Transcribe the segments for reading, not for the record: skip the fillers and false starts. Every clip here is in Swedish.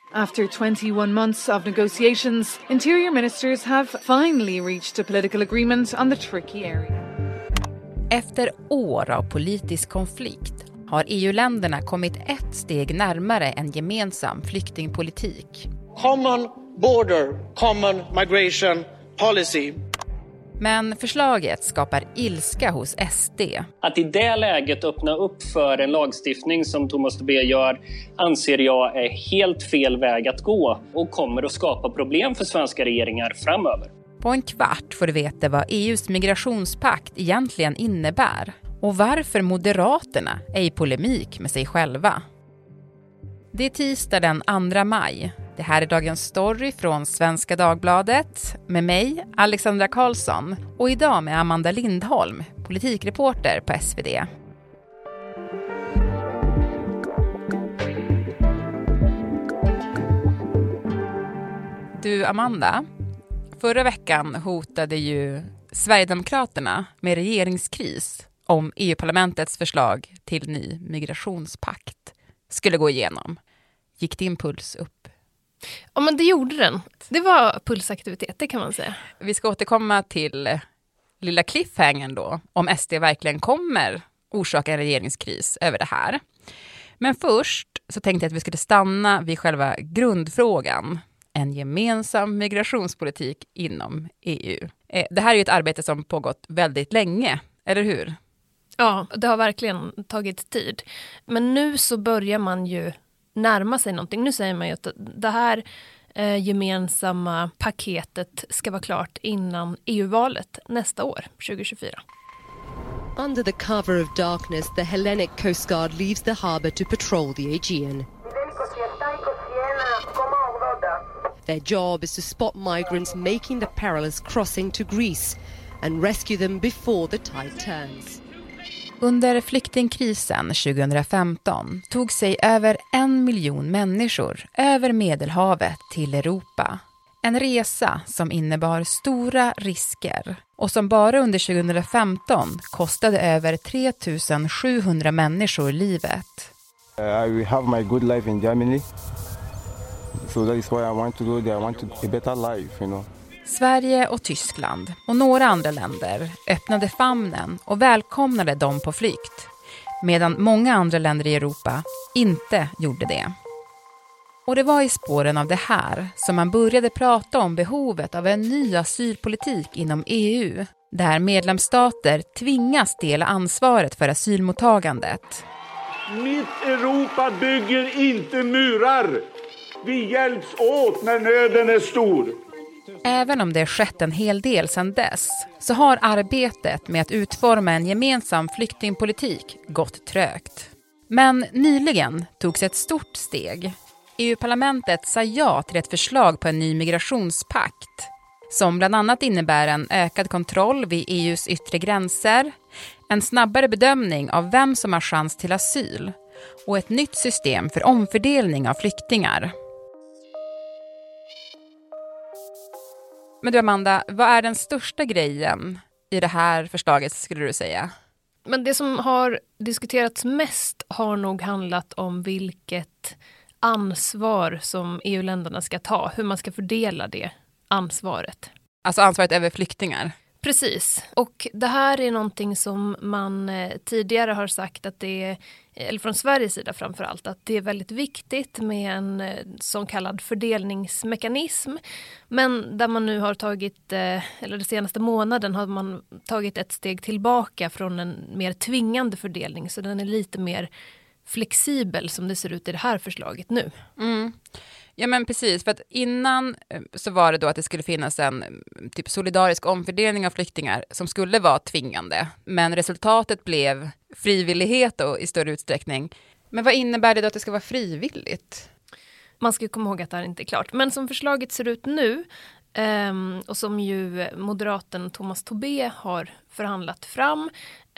After 21 months of negotiations, interior ministers have finally reached a political agreement on the tricky area. Efter år av politisk konflikt har EU-länderna kommit ett steg närmare en gemensam flyktingpolitik. Common border, common migration policy. Men förslaget skapar ilska hos SD. Att i det läget öppna upp för en lagstiftning som Tomas Tobé gör anser jag är helt fel väg att gå och kommer att skapa problem för svenska regeringar framöver. På en kvart får du veta vad EUs migrationspakt egentligen innebär och varför Moderaterna är i polemik med sig själva. Det är tisdag den 2 maj. Det här är dagens story från Svenska Dagbladet med mig, Alexandra Karlsson, och idag med Amanda Lindholm, politikreporter på SvD. Du Amanda, förra veckan hotade ju Sverigedemokraterna med regeringskris om EU-parlamentets förslag till ny migrationspakt skulle gå igenom. Gick din puls upp? Ja, men det gjorde den. Det var pulsaktivitet, det kan man säga. Vi ska återkomma till lilla cliffhangern då, om SD verkligen kommer orsaka en regeringskris över det här. Men först så tänkte jag att vi skulle stanna vid själva grundfrågan. En gemensam migrationspolitik inom EU. Det här är ju ett arbete som pågått väldigt länge, eller hur? Ja, det har verkligen tagit tid. Men nu så börjar man ju närma sig någonting. Nu säger man ju att det här gemensamma paketet ska vara klart innan EU-valet nästa år, 2024. Under the cover of darkness, the Hellenic Coast Guard leaves the harbour to patrol the Aegean. Their job is to spot migrants making the perilous crossing to Greece and rescue them before the tide turns. Under flyktingkrisen 2015 tog sig över 1 miljon människor över Medelhavet till Europa. En resa som innebar stora risker och som bara under 2015 kostade över 3 700 människor livet. I will have my good life in Germany. So that is why I want to go there. I want a better life, you know. Sverige och Tyskland och några andra länder öppnade famnen och välkomnade dem på flykt, medan många andra länder i Europa inte gjorde det. Och det var i spåren av det här som man började prata om behovet av en ny asylpolitik inom EU, där medlemsstater tvingas dela ansvaret för asylmottagandet. Mitt Europa bygger inte murar. Vi hjälps åt när nöden är stor. Även om det skett en hel del sedan dess så har arbetet med att utforma en gemensam flyktingpolitik gått trögt. Men nyligen togs ett stort steg. EU-parlamentet sa ja till ett förslag på en ny migrationspakt som bland annat innebär en ökad kontroll vid EUs yttre gränser, en snabbare bedömning av vem som har chans till asyl och ett nytt system för omfördelning av flyktingar. Men du Amanda, vad är den största grejen i det här förslaget skulle du säga? Men det som har diskuterats mest har nog handlat om vilket ansvar som EU-länderna ska ta. Hur man ska fördela det ansvaret. Alltså ansvaret över flyktingar? Precis. Och det här är någonting som man tidigare har sagt att det är, eller från Sveriges sida framförallt, att det är väldigt viktigt med en så kallad fördelningsmekanism. Men där man nu har tagit, eller den senaste månaden har man tagit ett steg tillbaka från en mer tvingande fördelning. Så den är lite mer flexibel som det ser ut i det här förslaget nu. Mm. Ja men precis, för att innan så var det då att det skulle finnas en typ solidarisk omfördelning av flyktingar som skulle vara tvingande. Men resultatet blev frivillighet och i större utsträckning. Men vad innebär det då att det ska vara frivilligt? Man ska komma ihåg att det här inte är klart. Men som förslaget ser ut nu och som ju moderaten Tomas Tobé har förhandlat fram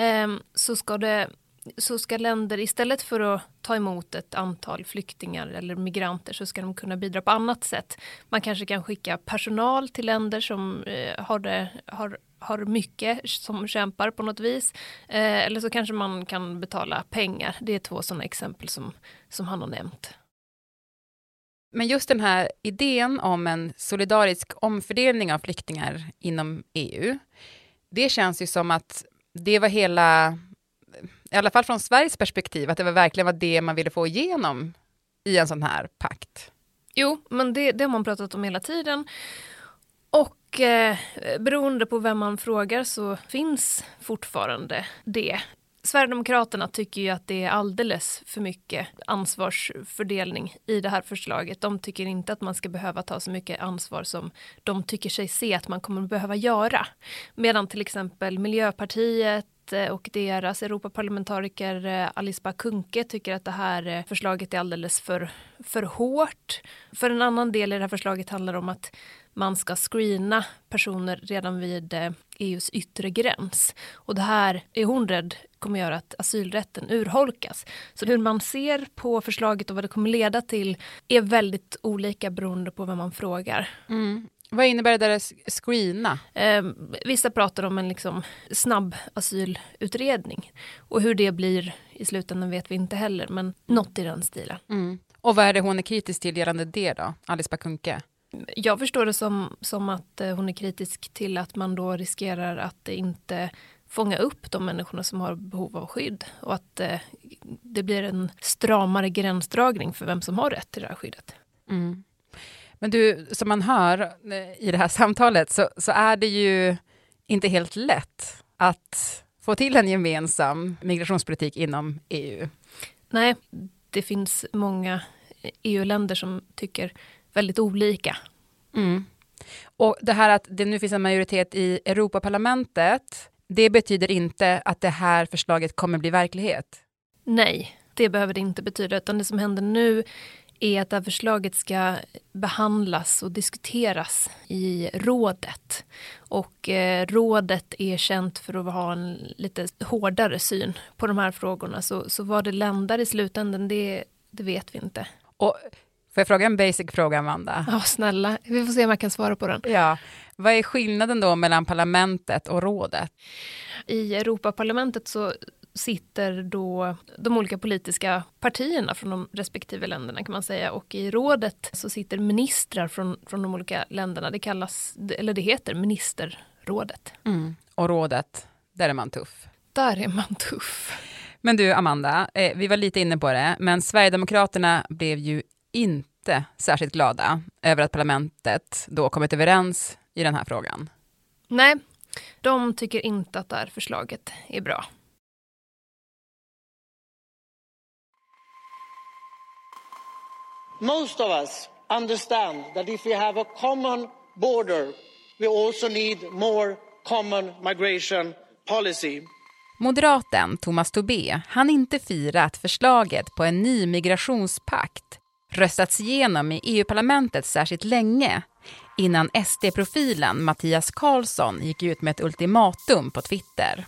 så ska länder istället för att ta emot ett antal flyktingar eller migranter så ska de kunna bidra på annat sätt. Man kanske kan skicka personal till länder som har mycket som kämpar på något vis. Eller så kanske man kan betala pengar. Det är 2 sådana exempel som han har nämnt. Men just den här idén om en solidarisk omfördelning av flyktingar inom EU, det känns ju som att det var hela, i alla fall från Sveriges perspektiv, att det verkligen var det man ville få igenom i en sån här pakt. Jo, men det har man pratat om hela tiden. Och beroende på vem man frågar så finns fortfarande det. Sverigedemokraterna tycker ju att det är alldeles för mycket ansvarsfördelning i det här förslaget. De tycker inte att man ska behöva ta så mycket ansvar som de tycker sig se att man kommer behöva göra. Medan till exempel Miljöpartiet och deras Europaparlamentariker Alice Bah Kuhnke tycker att det här förslaget är alldeles för hårt. För en annan del i det här förslaget handlar om att man ska screena personer redan vid EUs yttre gräns. Och det här är hon rädd kommer göra att asylrätten urholkas. Så hur man ser på förslaget och vad det kommer leda till är väldigt olika beroende på vem man frågar. Vad innebär det där screena? Vissa pratar om en snabb asylutredning. Och hur det blir i slutändan vet vi inte heller. Men något i den stilen. Och vad är det hon är kritisk till gällande det då? Alice Bah Kuhnke? Jag förstår det som att hon är kritisk till att man då riskerar att inte fånga upp de människorna som har behov av skydd. Och att det blir en stramare gränsdragning för vem som har rätt till det här skyddet. Men du, som man hör i det här samtalet så är det ju inte helt lätt att få till en gemensam migrationspolitik inom EU. Nej, det finns många EU-länder som tycker väldigt olika. Och det här att det nu finns en majoritet i Europaparlamentet, det betyder inte att det här förslaget kommer bli verklighet? Nej, det behöver det inte betyda. Utan det som händer nu är att det här förslaget ska behandlas och diskuteras i rådet. Och rådet är känt för att ha en lite hårdare syn på de här frågorna. Så vad det landar i slutändan, det vet vi inte. Och får jag fråga en basic fråga, Amanda? Ja, snälla. Vi får se om jag kan svara på den. Ja. Vad är skillnaden då mellan parlamentet och rådet? I Europaparlamentet så sitter då de olika politiska partierna från de respektive länderna kan man säga. Och i rådet så sitter ministrar från de olika länderna. Det heter ministerrådet. Och rådet, där är man tuff. Där är man tuff. Men du, Amanda, vi var lite inne på det. Men Sverigedemokraterna blev ju inte särskilt glada över att parlamentet då kommit överens i den här frågan. Nej, de tycker inte att det här förslaget är bra. Most of us understand that if we have a common border, we also need more common migration policy. Moderaten Tomas Tobé hann inte fira att förslaget på en ny migrationspakt röstats igenom i EU-parlamentet särskilt länge innan SD-profilen Mattias Karlsson gick ut med ett ultimatum på Twitter.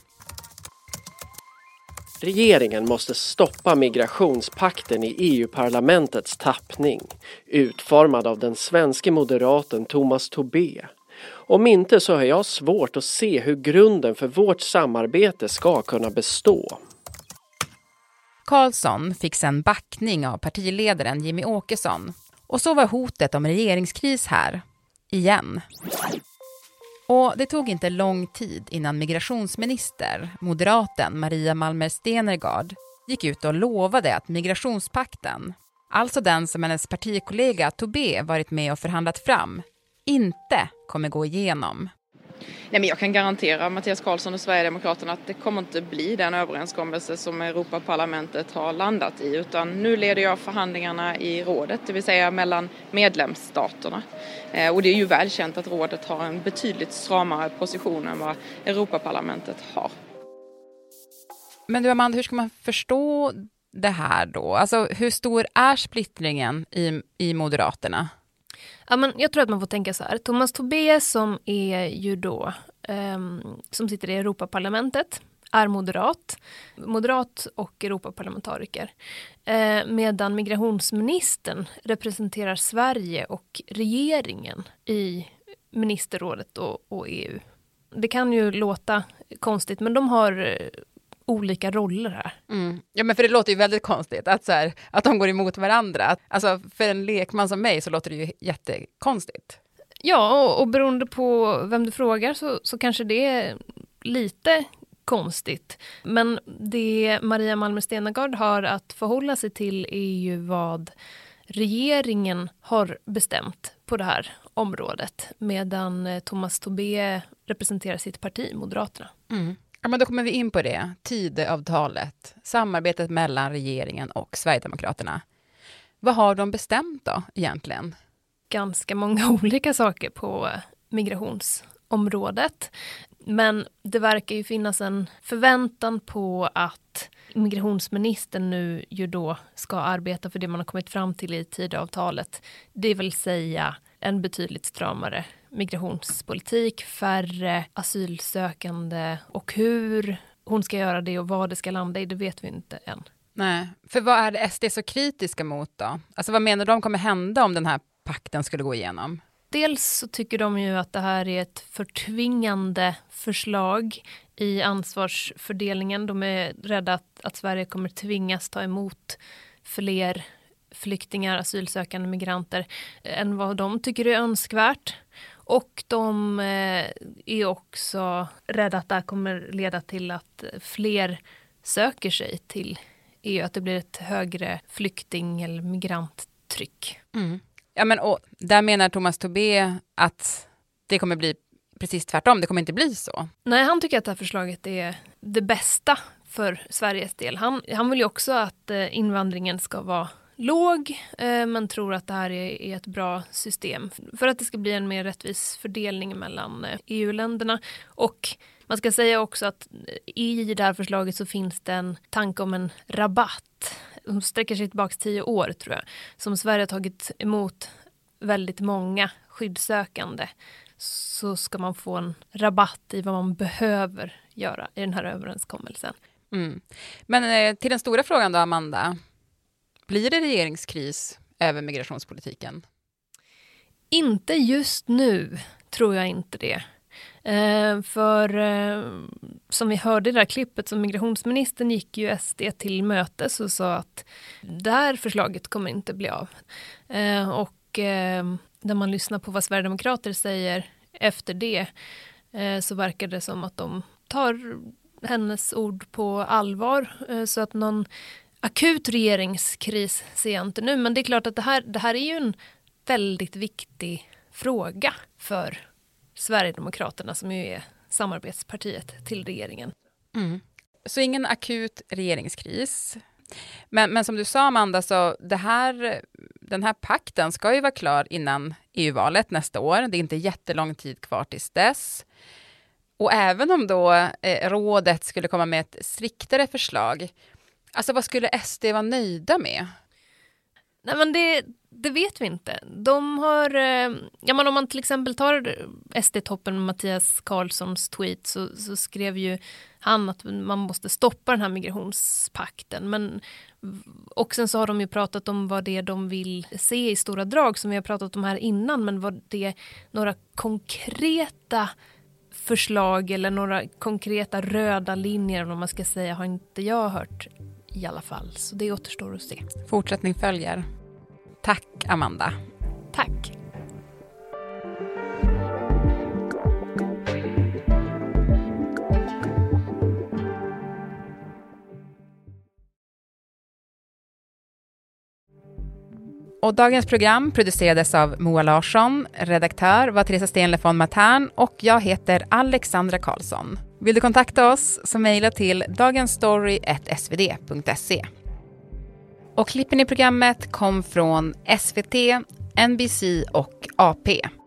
Regeringen måste stoppa migrationspakten i EU-parlamentets tappning, utformad av den svenska moderaten Tomas Tobé. Om inte så har jag svårt att se hur grunden för vårt samarbete ska kunna bestå. Karlsson fick sedan backning av partiledaren Jimmy Åkesson. Och så var hotet om regeringskris här. Igen. Och det tog inte lång tid innan migrationsminister, moderaten Maria Malmer Stenergard, gick ut och lovade att migrationspakten, alltså den som hennes partikollega Tobé varit med och förhandlat fram, inte kommer gå igenom. Nej, men jag kan garantera Mattias Karlsson och Sverigedemokraterna att det kommer inte bli den överenskommelse som Europaparlamentet har landat i, utan nu leder jag förhandlingarna i rådet, det vill säga mellan medlemsstaterna. Och det är ju välkänt att rådet har en betydligt stramare position än vad Europaparlamentet har. Men du, Amanda, hur ska man förstå det här då? Alltså, hur stor är splittringen i Moderaterna? Ja, men jag tror att man får tänka så här. Tomas Tobé som är ju då som sitter i Europaparlamentet är moderat och Europaparlamentariker. Medan migrationsministern representerar Sverige och regeringen i ministerrådet och EU. Det kan ju låta konstigt, men de har olika roller här. Ja, men för det låter ju väldigt konstigt att de går emot varandra. Alltså för en lekman som mig så låter det ju jättekonstigt. Ja, och beroende på vem du frågar så kanske det är lite konstigt. Men det Maria Malmer Stenergard har att förhålla sig till är ju vad regeringen har bestämt på det här området, medan Tomas Tobé representerar sitt parti, Moderaterna. Ja, men då kommer vi in på det. Tidöavtalet, samarbetet mellan regeringen och Sverigedemokraterna. Vad har de bestämt då egentligen? Ganska många olika saker på migrationsområdet. Men det verkar ju finnas en förväntan på att migrationsministern nu ju då ska arbeta för det man har kommit fram till i Tidöavtalet. Det vill säga en betydligt stramare migrationspolitik, färre asylsökande, och hur hon ska göra det och vad det ska landa i, det vet vi inte än. Nej, för vad är det SD så kritiska mot då? Alltså vad menar de kommer hända om den här pakten skulle gå igenom? Dels så tycker de ju att det här är ett förtvingande förslag i ansvarsfördelningen. De är rädda att Sverige kommer tvingas ta emot fler flyktingar, asylsökande migranter än vad de tycker är önskvärt. Och de är också rädda att det här kommer leda till att fler söker sig till EU, att det blir ett högre flykting- eller migranttryck. Ja, men och där menar Tomas Tobé att det kommer bli precis tvärtom. Det kommer inte bli så. Nej, han tycker att det här förslaget är det bästa för Sveriges del. Han vill ju också att invandringen ska vara låg, men tror att det här är ett bra system för att det ska bli en mer rättvis fördelning mellan EU-länderna. Och man ska säga också att i det här förslaget så finns det en tanke om en rabatt som sträcker sig tillbaka 10 år, tror jag, som Sverige har tagit emot väldigt många skyddssökande, så ska man få en rabatt i vad man behöver göra i den här överenskommelsen. Men till den stora frågan då, Amanda. Blir det regeringskris över migrationspolitiken? Inte just nu, tror jag inte det. För som vi hörde i det här klippet, så migrationsministern gick ju SD till mötes och sa att det här förslaget kommer inte bli av. Och när man lyssnar på vad Sverigedemokrater säger efter det, så verkar det som att de tar hennes ord på allvar. Så att någon akut regeringskris ser jag inte nu. Men det är klart att det här är ju en väldigt viktig fråga för Sverigedemokraterna, som ju är samarbetspartiet till regeringen. Så ingen akut regeringskris. Men som du sa, Amanda, så den här pakten ska ju vara klar innan EU-valet nästa år. Det är inte jättelång tid kvar tills dess. Och även om då rådet skulle komma med ett striktare förslag, alltså vad skulle SD vara nöjda med? Nej, men det vet vi inte. De har, men om man till exempel tar SD-toppen Mattias Karlssons tweet, så skrev ju han att man måste stoppa den här migrationspakten. Och sen så har de ju pratat om vad det är de vill se i stora drag, som vi har pratat om här innan, men vad det är några konkreta förslag eller några konkreta röda linjer, om man ska säga, har inte jag hört i alla fall. Så det återstår att se. Fortsättning följer. Tack, Amanda. Tack. Och dagens program producerades av Moa Larsson, redaktör var Teresa Stenle von Matern och jag heter Alexandra Karlsson. Vill du kontakta oss så mejla till dagensstory@svd.se. Och klippen i programmet kom från SVT, NBC och AP.